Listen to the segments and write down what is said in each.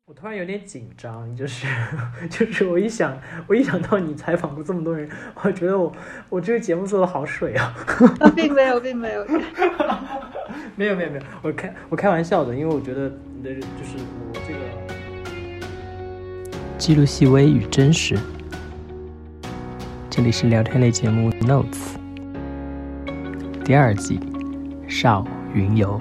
我突然有点紧张，就是我一想到你采访过这么多人，我觉得我这个节目做的好水啊！ 并没有没有，我开玩笑的，因为我觉得你的就是我这个记录细微与真实。这里是聊天类节目 Notes 第2季，少云游。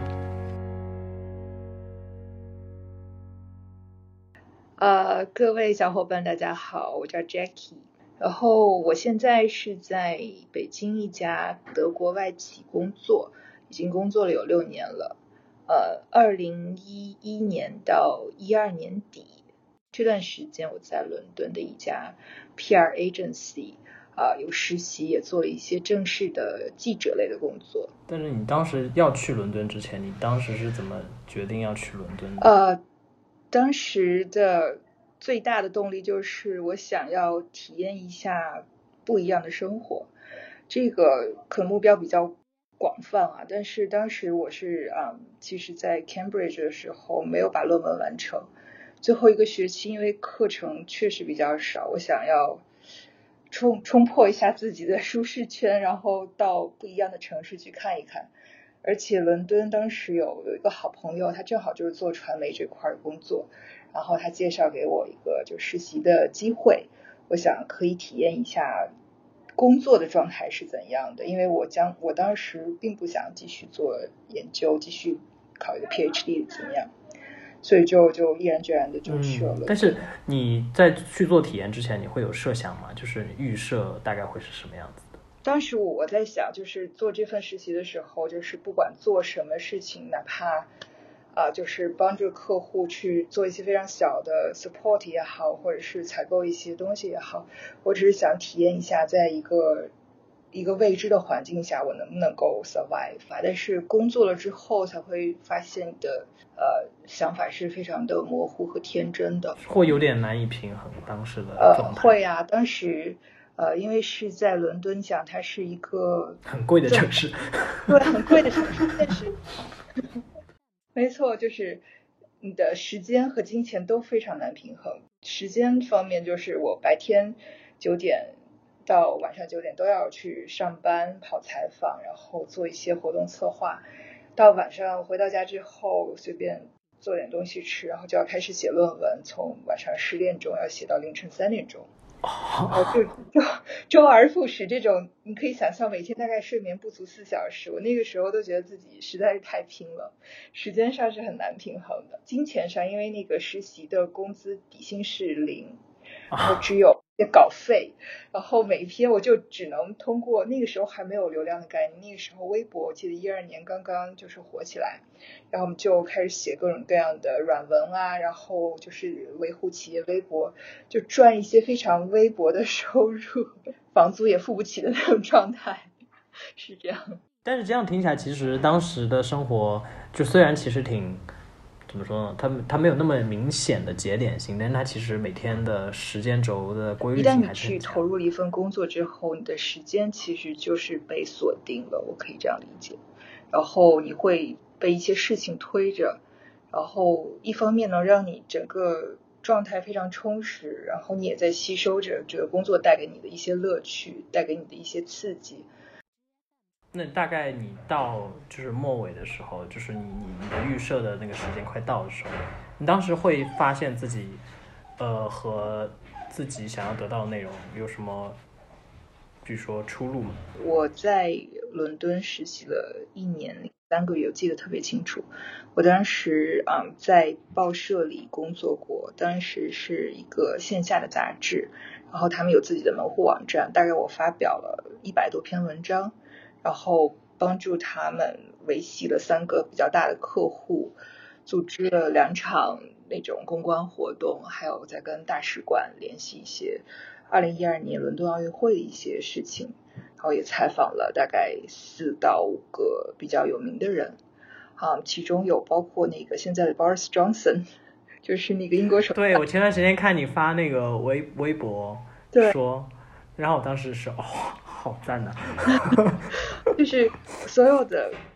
各位小伙伴大家好，我叫 Jackie， 然后我现在是在北京一家德国外企工作，已经工作了有6年了。2011年到12年底这段时间，我在伦敦的一家 PR agency 有实习，也做了一些正式的记者类的工作。 但是你当时要去伦敦之前，你当时是怎么决定要去伦敦的？ 当时的最大的动力就是我想要体验一下不一样的生活，这个可能目标比较广泛啊，但是当时我是其实在 Cambridge 的时候没有把论文完成，最后一个学期因为课程确实比较少，我想要冲破一下自己的舒适圈，然后到不一样的城市去看一看。而且伦敦当时有一个好朋友，他正好就是做传媒这块工作，然后他介绍给我一个就实习的机会，我想可以体验一下工作的状态是怎样的，因为我当时并不想继续做研究，继续考一个 PhD 怎么样，所以就毅然决然的就去了。 但是你在去做体验之前，你会有设想吗？就是预设大概会是什么样子的？ 当时我在想，就是做这份实习的时候，就是不管做什么事情，哪怕就是帮助客户去做一些非常小的 support 也好，或者是采购一些东西也好，我只是想体验一下，在一个未知的环境下，我能不能够 survive。但是工作了之后，才会发现的想法是非常的模糊和天真的， 会有点难以平衡当时的状态。 会啊，当时。因为是在伦敦讲，它是一个很贵的城市， 对，很贵的城市，但是没错，就是你的时间和金钱都非常难平衡。时间方面，就是我白天9点到晚上9点都要去上班、跑采访，然后做一些活动策划。到晚上回到家之后，随便做点东西吃，然后就要开始写论文，从晚上10点钟要写到凌晨3点钟。然后就周而复始，这种你可以想象每天大概睡眠不足4小时，我那个时候都觉得自己实在是太拼了，时间上是很难平衡的。金钱上，因为那个实习的工资底薪是0，然后只有稿费，然后每篇我就只能通过，那个时候还没有流量的概念，那个时候微博我记得12年刚刚就是火起来，然后我们就开始写各种各样的软文啊，然后就是维护企业微博，就赚一些非常微薄的收入，房租也付不起的那种状态，是这样。 但是这样听起来，其实当时的生活就虽然其实挺怎么说呢，它没有那么明显的节点性，但是它其实每天的时间轴的规律性还是很强。 一旦你去投入了一份工作之后，你的时间其实就是被锁定了，我可以这样理解。然后你会被一些事情推着，然后一方面能让你整个状态非常充实，然后你也在吸收着这个工作带给你的一些乐趣，带给你的一些刺激。 那大概你到就是末尾的时候，就是你的预设的那个时间快到的时候，你当时会发现自己和自己想要得到的内容有什么比如说出入吗？ 我在伦敦实习了1年3个月，我记得特别清楚。我当时在报社里工作过，当时是一个线下的杂志，然后他们有自己的门户网站，大概我发表了100多篇文章，然后帮助他们维系了3个比较大的客户，组织了2场那种公关活动，还有在跟大使馆联系一些2012年伦敦奥运会的一些事情，然后也采访了大概4到5个比较有名的人，其中有包括那个现在的 Boris Johnson， 就是那个英国首相。 对，我前段时间看你发那个微博说，然后我当时是好赞的， 就是所有的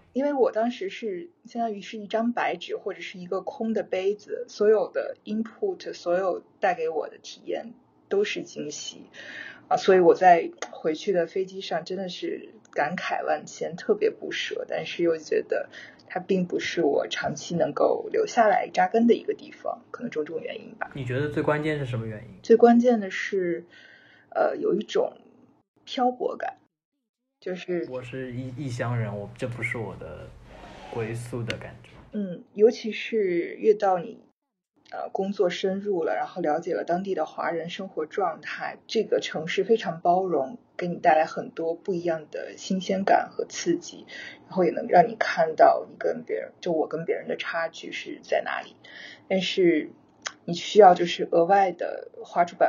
因为我当时是相当于是一张白纸或者是一个空的杯子，所有的 input， 所有带给我的体验都是惊喜啊，所以我在回去的飞机上真的是感慨万千，特别不舍，但是又觉得它并不是我长期能够留下来扎根的一个地方，可能种种原因吧。 你觉得最关键是什么原因？ 最关键的是，有一种漂泊感，就是我是异乡人，这不是我的归宿的感觉。 尤其是越到你工作深入了，然后了解了当地的华人生活状态，这个城市非常包容，给你带来很多不一样的新鲜感和刺激，然后也能让你看到你跟别人，就我跟别人的差距是在哪里。但是你需要就是额外的花出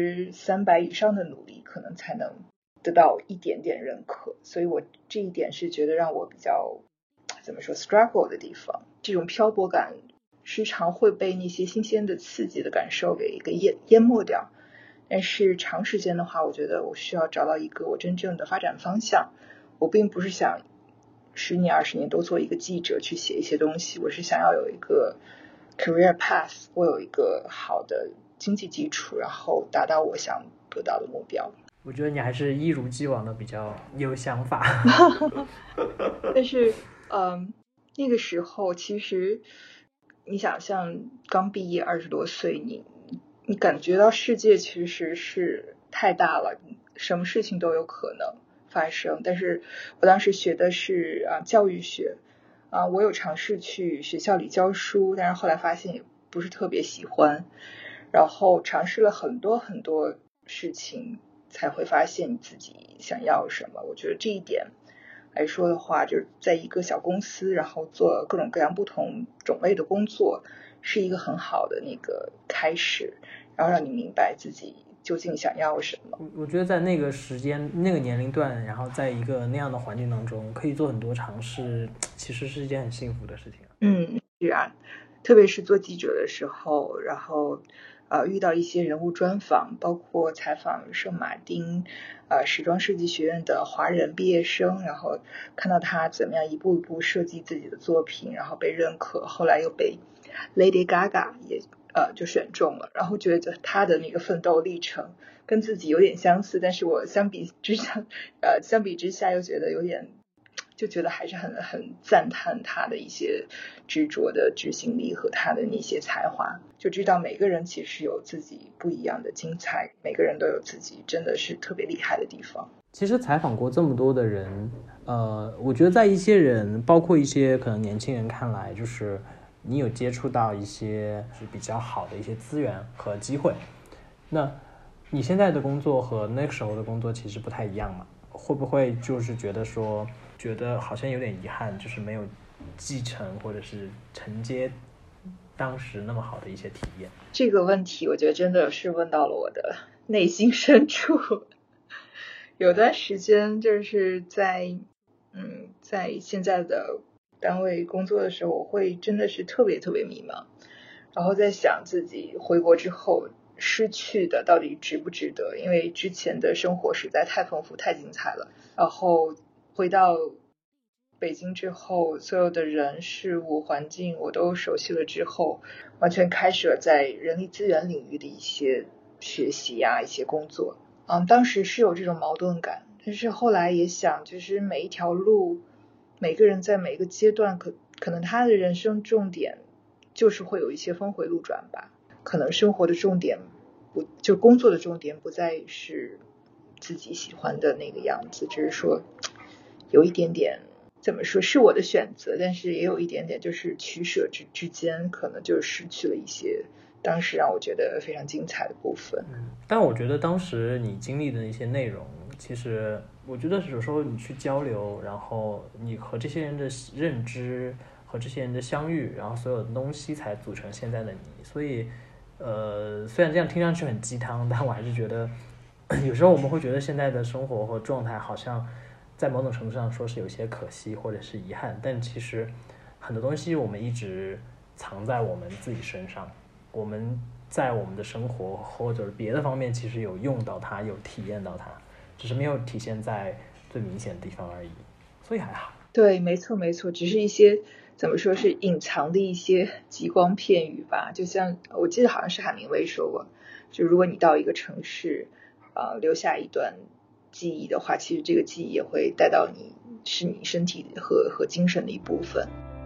300%以上的努力，可能才能得到一点点认可。所以我这一点是觉得让我比较怎么说 struggle 的地方。这种漂泊感时常会被那些新鲜的刺激的感受给淹没掉，但是长时间的话，我觉得我需要找到一个我真正的发展方向。我并不是想10年20年都做一个记者去写一些东西，我是想要有一个 career path， 我有一个好的经济基础，然后达到我想得到的目标。 我觉得你还是一如既往的比较有想法。 但是那个时候其实你想像刚毕业20多岁，你感觉到世界其实是太大了，什么事情都有可能发生。但是我当时学的是教育学我有尝试去学校里教书，但是后来发现也不是特别喜欢，然后尝试了很多很多事情，才会发现你自己想要什么。我觉得这一点来说的话，就是在一个小公司，然后做各种各样不同种类的工作，是一个很好的那个开始，然后让你明白自己究竟想要什么。 我觉得在那个时间、那个年龄段，然后在一个那样的环境当中，可以做很多尝试，其实是一件很幸福的事情。 是啊，特别是做记者的时候，然后遇到一些人物专访，包括采访圣马丁时装设计学院的华人毕业生，然后看到他怎么样一步一步设计自己的作品，然后被认可，后来又被 Lady Gaga 也就选中了，然后觉得他的那个奋斗历程跟自己有点相似，但是我相比之下又觉得有点。就觉得还是很赞叹他的一些执着的执行力和他的那些才华，就知道每个人其实有自己不一样的精彩，每个人都有自己真的是特别厉害的地方。 其实采访过这么多的人，我觉得在一些人，包括一些可能年轻人看来，就是你有接触到一些是比较好的一些资源和机会。那你现在的工作和那个时候的工作其实不太一样嘛？会不会就是觉得好像有点遗憾，就是没有继承或者是承接当时那么好的一些体验？ 这个问题我觉得真的是问到了我的内心深处。有段时间就是在现在的单位工作的时候，我会真的是特别特别迷茫，然后在想自己回国之后失去的到底值不值得，因为之前的生活实在太丰富太精彩了，然后回到北京之后，所有的人事物环境我都熟悉了之后，完全开始了在人力资源领域的一些学习一些工作。当时是有这种矛盾感，但是后来也想，就是每一条路，每个人在每个阶段可能他的人生重点就是会有一些峰回路转吧，可能生活的重点就工作的重点不再是自己喜欢的那个样子，只是说有一点点怎么说是我的选择，但是也有一点点就是取舍之间可能就失去了一些当时让我觉得非常精彩的部分。 但我觉得当时你经历的那些内容，其实我觉得有时候你去交流，然后你和这些人的认知和这些人的相遇，然后所有的东西才组成现在的你。所以虽然这样听上去很鸡汤，但我还是觉得有时候我们会觉得现在的生活和状态好像在某种程度上说是有些可惜或者是遗憾，但其实很多东西我们一直藏在我们自己身上，我们在我们的生活或者别的方面其实有用到它，有体验到它，只是没有体现在最明显的地方而已，所以还好。 对，没错没错，只是一些怎么说是隐藏的一些极光片语吧。就像我记得好像是海明威说过，就如果你到一个城市，留下一段记忆的话，其实这个记忆也会带到你，是你身体和精神的一部分。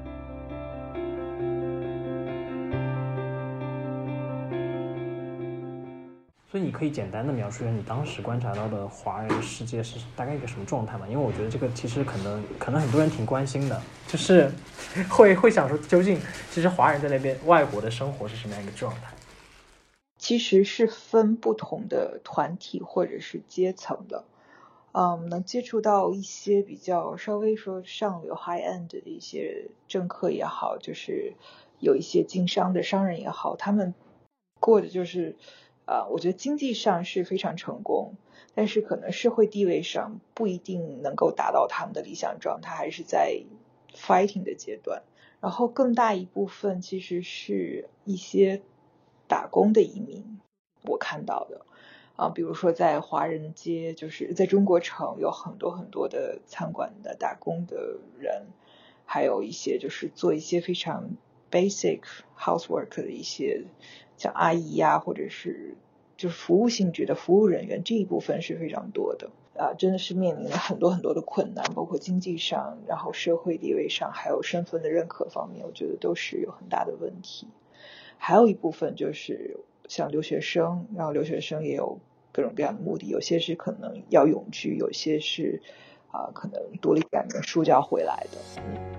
所以你可以简单的描述一下你当时观察到的华人世界是大概一个什么状态吗？因为我觉得这个其实可能很多人挺关心的，就是会想说究竟其实华人在那边外国的生活是什么样一个状态？ 其实是分不同的团体或者是阶层的。能接触到一些比较稍微说上流 high end 的一些政客也好，就是有一些经商的商人也好，他们过的就是我觉得经济上是非常成功，但是可能社会地位上不一定能够达到他们的理想状态，还是在 fighting 的阶段。然后更大一部分其实是一些打工的移民，我看到的。比如说在华人街，就是在中国城有很多很多的餐馆的打工的人，还有一些就是做一些非常 basic housework 的一些像阿姨呀，或者是就是服务性质的服务人员，这一部分是非常多的。真的是面临了很多很多的困难，包括经济上，然后社会地位上，还有身份的认可方面，我觉得都是有很大的问题。还有一部分就是像留学生，然后留学生也有各种各样的目的，有些是可能要永居，有些是可能读了2年书就要回来的。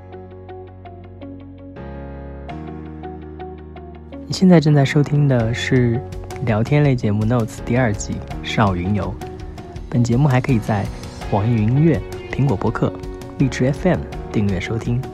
你现在正在收听的是聊天类节目 Notes 第2季少云游。本节目还可以在网易云音乐、苹果播客、荔枝 FM 订阅收听。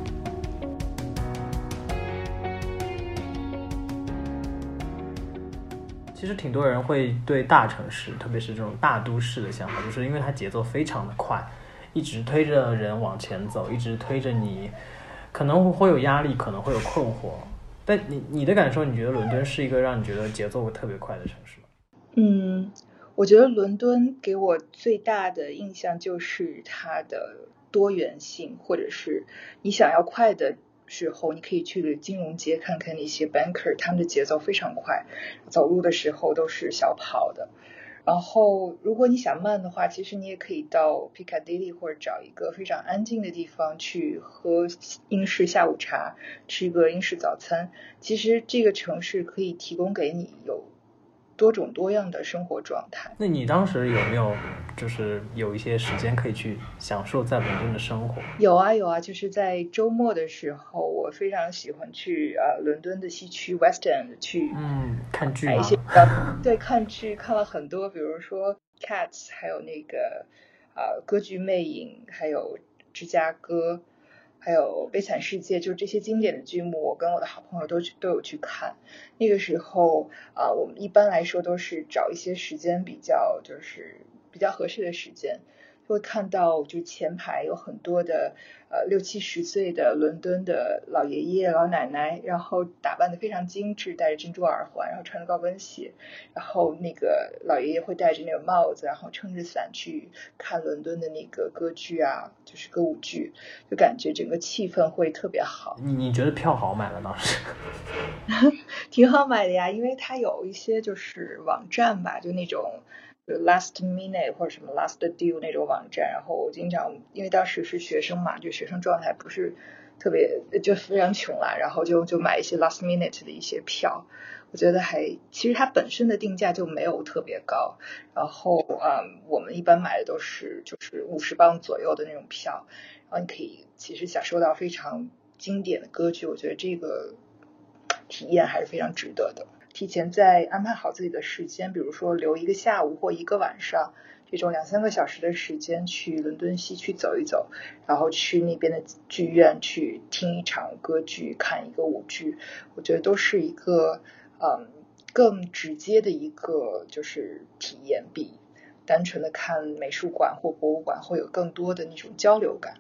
其实挺多人会对大城市，特别是这种大都市的想法，就是因为它节奏非常的快，一直推着人往前走，一直推着你，可能会有压力，可能会有困惑。但你的感受，你觉得伦敦是一个让你觉得节奏特别快的城市吗？ 我觉得伦敦给我最大的印象就是它的多元性，或者是你想要快的时候，你可以去金融街看看那些 banker， 他们的节奏非常快，走路的时候都是小跑的。然后如果你想慢的话，其实你也可以到 Piccadilly 或者找一个非常安静的地方去喝英式下午茶，吃一个英式早餐。其实这个城市可以提供给你有多种多样的生活状态。 那你当时有没有就是有一些时间可以去享受在伦敦的生活？ 有啊，就是在周末的时候，我非常喜欢去伦敦的西区 West End 去看剧吗？ 对，看剧看了很多，比如说 Cats， 还有那个歌剧魅影，还有芝加哥，还有悲惨世界，就这些经典的剧目，我跟我的好朋友都有去看。那个时候我们一般来说都是找一些时间比较合适的时间，会看到就前排有很多的60-70岁的伦敦的老爷爷老奶奶，然后打扮得非常精致，戴着珍珠耳环，然后穿着高跟鞋，然后那个老爷爷会戴着那个帽子，然后撑着伞去看伦敦的那个歌剧啊，就是歌舞剧，就感觉整个气氛会特别好。 你觉得票好买了当时？ 挺好买的呀，因为它有一些就是网站吧，就那种last minute 或者什么 last deal 那种网站，然后我经常因为当时是学生嘛，就学生状态不是特别，就非常穷啦，然后就买一些 last minute 的一些票，我觉得其实它本身的定价就没有特别高，然后我们一般买的都是就是50磅左右的那种票，然后你可以其实享受到非常经典的歌剧，我觉得这个体验还是非常值得的。提前再安排好自己的时间，比如说留一个下午或一个晚上，这种2-3个小时的时间去伦敦西区走一走，然后去那边的剧院去听一场歌剧，看一个舞剧，我觉得都是一个更直接的一个就是体验，比单纯的看美术馆或博物馆会有更多的那种交流感。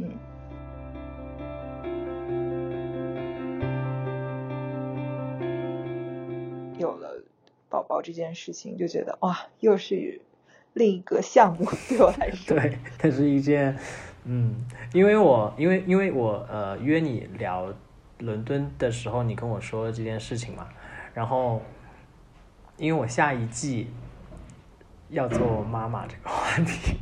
有了宝宝这件事情，就觉得哇，又是另一个项目对我来说。 对，它是一件因为我约你聊伦敦的时候，你跟我说这件事情嘛，然后因为我下一季要做妈妈这个话题。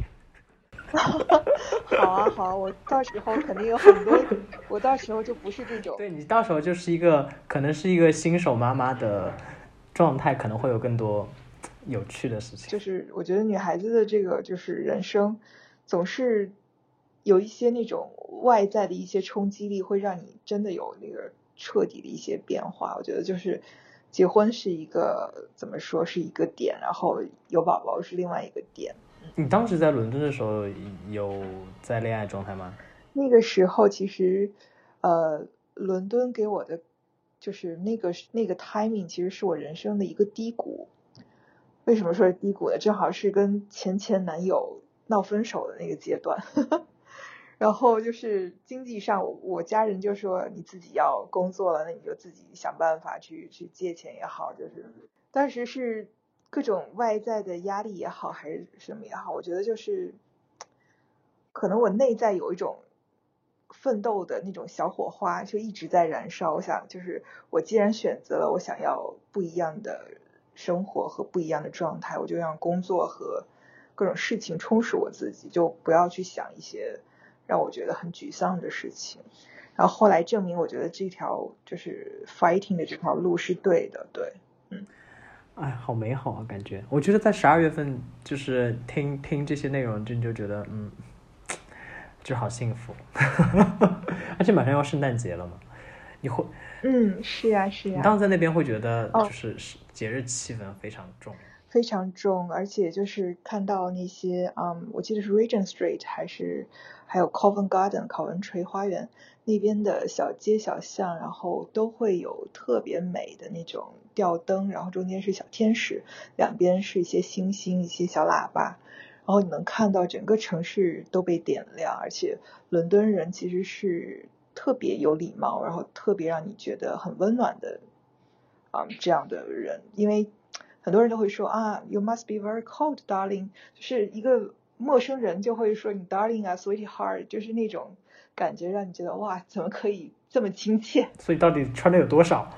好啊，我到时候肯定有很多，我到时候就不是这种。 对，你到时候就是可能是一个新手妈妈的状态，可能会有更多有趣的事情。 就是我觉得女孩子的这个就是人生，总是有一些那种外在的一些冲击力，会让你真的有那个彻底的一些变化。我觉得就是结婚是一个怎么说是一个点，然后有宝宝是另外一个点。 你当时在伦敦的时候有在恋爱状态吗？ 那个时候其实伦敦给我的就是那个 timing 其实是我人生的一个低谷。为什么说是低谷呢？正好是跟前男友闹分手的那个阶段。然后就是经济上我家人就说你自己要工作了，那你就自己想办法去借钱也好，就是当时是各种外在的压力也好还是什么也好，我觉得就是可能我内在有一种奋斗的那种小火花就一直在燃烧。我想就是我既然选择了我想要不一样的生活和不一样的状态，我就让工作和各种事情充实我自己，就不要去想一些让我觉得很沮丧的事情。然后后来证明我觉得这条就是 fighting 的这条路是对的。对， 哎，好美好啊，感觉。我觉得在12月份就是听这些内容，就觉得就好幸福。而且马上要圣诞节了嘛，你会是呀。 你当时在那边会觉得就是节日气氛非常重。 非常重，而且就是看到那些我记得是 Regent Street 还有 Covent Garden 考文垂花园那边的小街小巷，然后都会有特别美的那种吊灯，然后中间是小天使，两边是一些星星一些小喇叭，然后你能看到整个城市都被点亮。而且伦敦人其实是特别有礼貌，然后特别让你觉得很温暖的这样的人。因为很多人都会说You must be very cold, darling， 就是一个陌生人就会说你 darling 啊 sweetheart， 就是那种感觉让你觉得哇怎么可以这么亲切。 所以到底穿的有多少？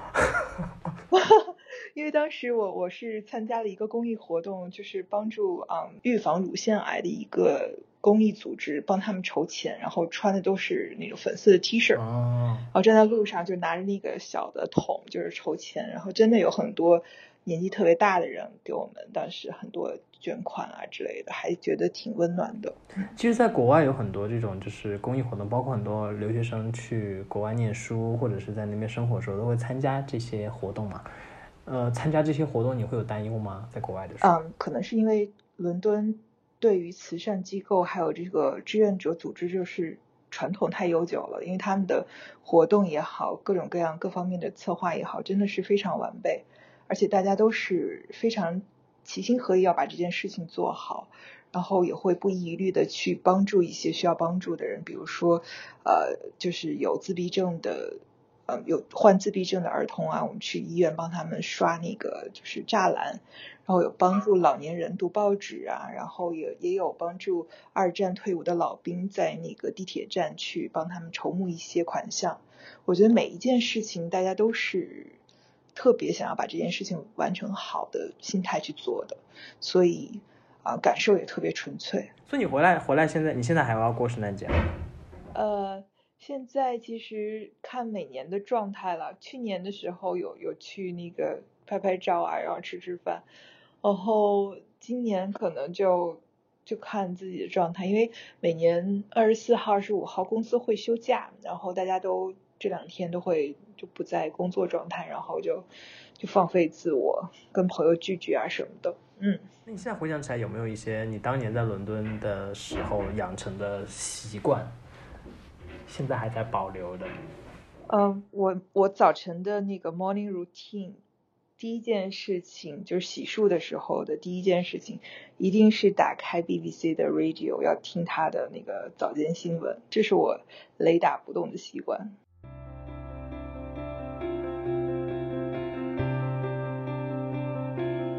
因为当时我是参加了一个公益活动，就是帮助预防乳腺癌的一个公益组织，帮他们筹钱，然后穿的都是那种粉色的 T 恤，然后站在路上就拿着那个小的桶就是筹钱，然后真的有很多年纪特别大的人给我们当时很多捐款啊之类的，还觉得挺温暖的。 其实在国外有很多这种就是公益活动，包括很多留学生去国外念书或者是在那边生活的时候都会参加这些活动嘛。参加这些活动你会有担忧吗？在国外的时候？ 可能是因为伦敦对于慈善机构还有这个志愿者组织就是传统太悠久了，因为他们的活动也好，各种各样各方面的策划也好，真的是非常完备，而且大家都是非常齐心合意要把这件事情做好，然后也会不遗余力的去帮助一些需要帮助的人，比如说就是有自闭症的有患自闭症的儿童啊，我们去医院帮他们刷那个就是栅栏，然后有帮助老年人读报纸啊，然后也有帮助2战退伍的老兵在那个地铁站去帮他们筹募一些款项。我觉得每一件事情大家都是特别想要把这件事情完成好的心态去做的，所以感受也特别纯粹。 所以你回来你现在还要过圣诞节吗？ 现在其实看每年的状态了，去年的时候有去那个拍照啊，然后吃饭，然后今年可能就看自己的状态，因为每年24号、25号公司会休假，然后大家都这2天都会就不在工作状态，然后就放飞自我，跟朋友聚聚啊什么的。 那你现在回想起来有没有一些你当年在伦敦的时候养成的习惯现在还在保留的？ 我早晨的那个 morning routine， 第一件事情就是洗漱的时候的第一件事情，一定是打开 BBC 的 radio， 要听他的那个早间新闻，这是我雷打不动的习惯。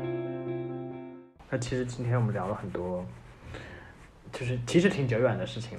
那其实今天我们聊了很多，就是其实挺久远的事情了。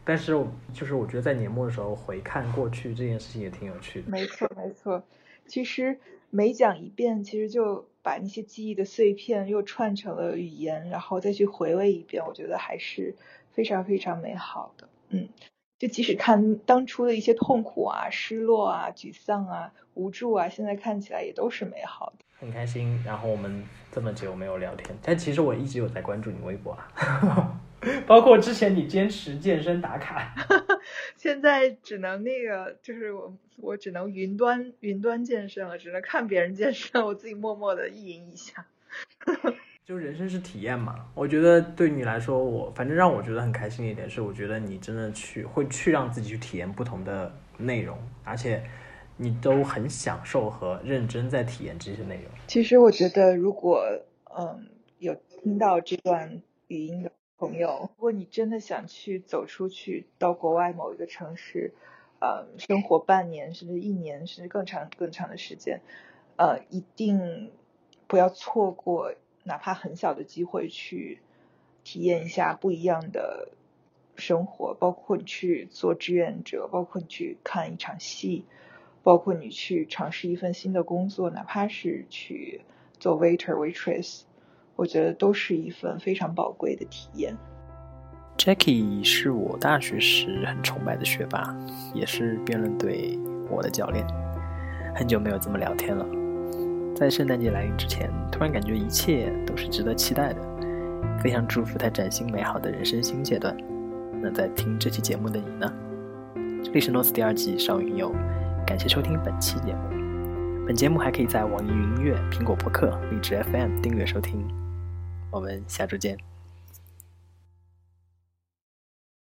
但是就是我觉得在年末的时候回看过去这件事情也挺有趣的。 没错没错，其实每讲一遍，其实就把那些记忆的碎片又串成了语言，然后再去回味一遍，我觉得还是非常非常美好的。就即使看当初的一些痛苦啊、失落啊、沮丧啊、无助啊，现在看起来也都是美好的。 很开心，然后我们这么久没有聊天，但其实我一直有在关注你微博啊，包括之前你坚持健身打卡， 现在只能就是我只能云端健身了，只能看别人健身，我自己默默的意淫一下。 就人生是体验嘛，我觉得对你来说，反正让我觉得很开心的一点是，我觉得你真的会去让自己去体验不同的内容，而且你都很享受和认真在体验这些内容。 其实我觉得如果有听到这段语音的朋友，如果你真的想去走出去到国外某一个城市生活半年甚至1年甚至更长的时间，一定不要错过哪怕很小的机会去体验一下不一样的生活，包括你去做志愿者，包括你去看一场戏，包括你去尝试一份新的工作，哪怕是去做 waitress， 我觉得都是一份非常宝贵的体验。 Jackie 是我大学时很崇拜的学霸，也是辩论队我的教练。很久没有这么聊天了，在圣诞节来临之前，突然感觉一切都是值得期待的，非常祝福他崭新美好的人生新阶段。那在听这期节目的你呢？这里是 Notes 第2季少云游，感谢收听本期节目。本节目还可以在网易云音乐、苹果播客、荔枝 FM 订阅收听。我们下周见。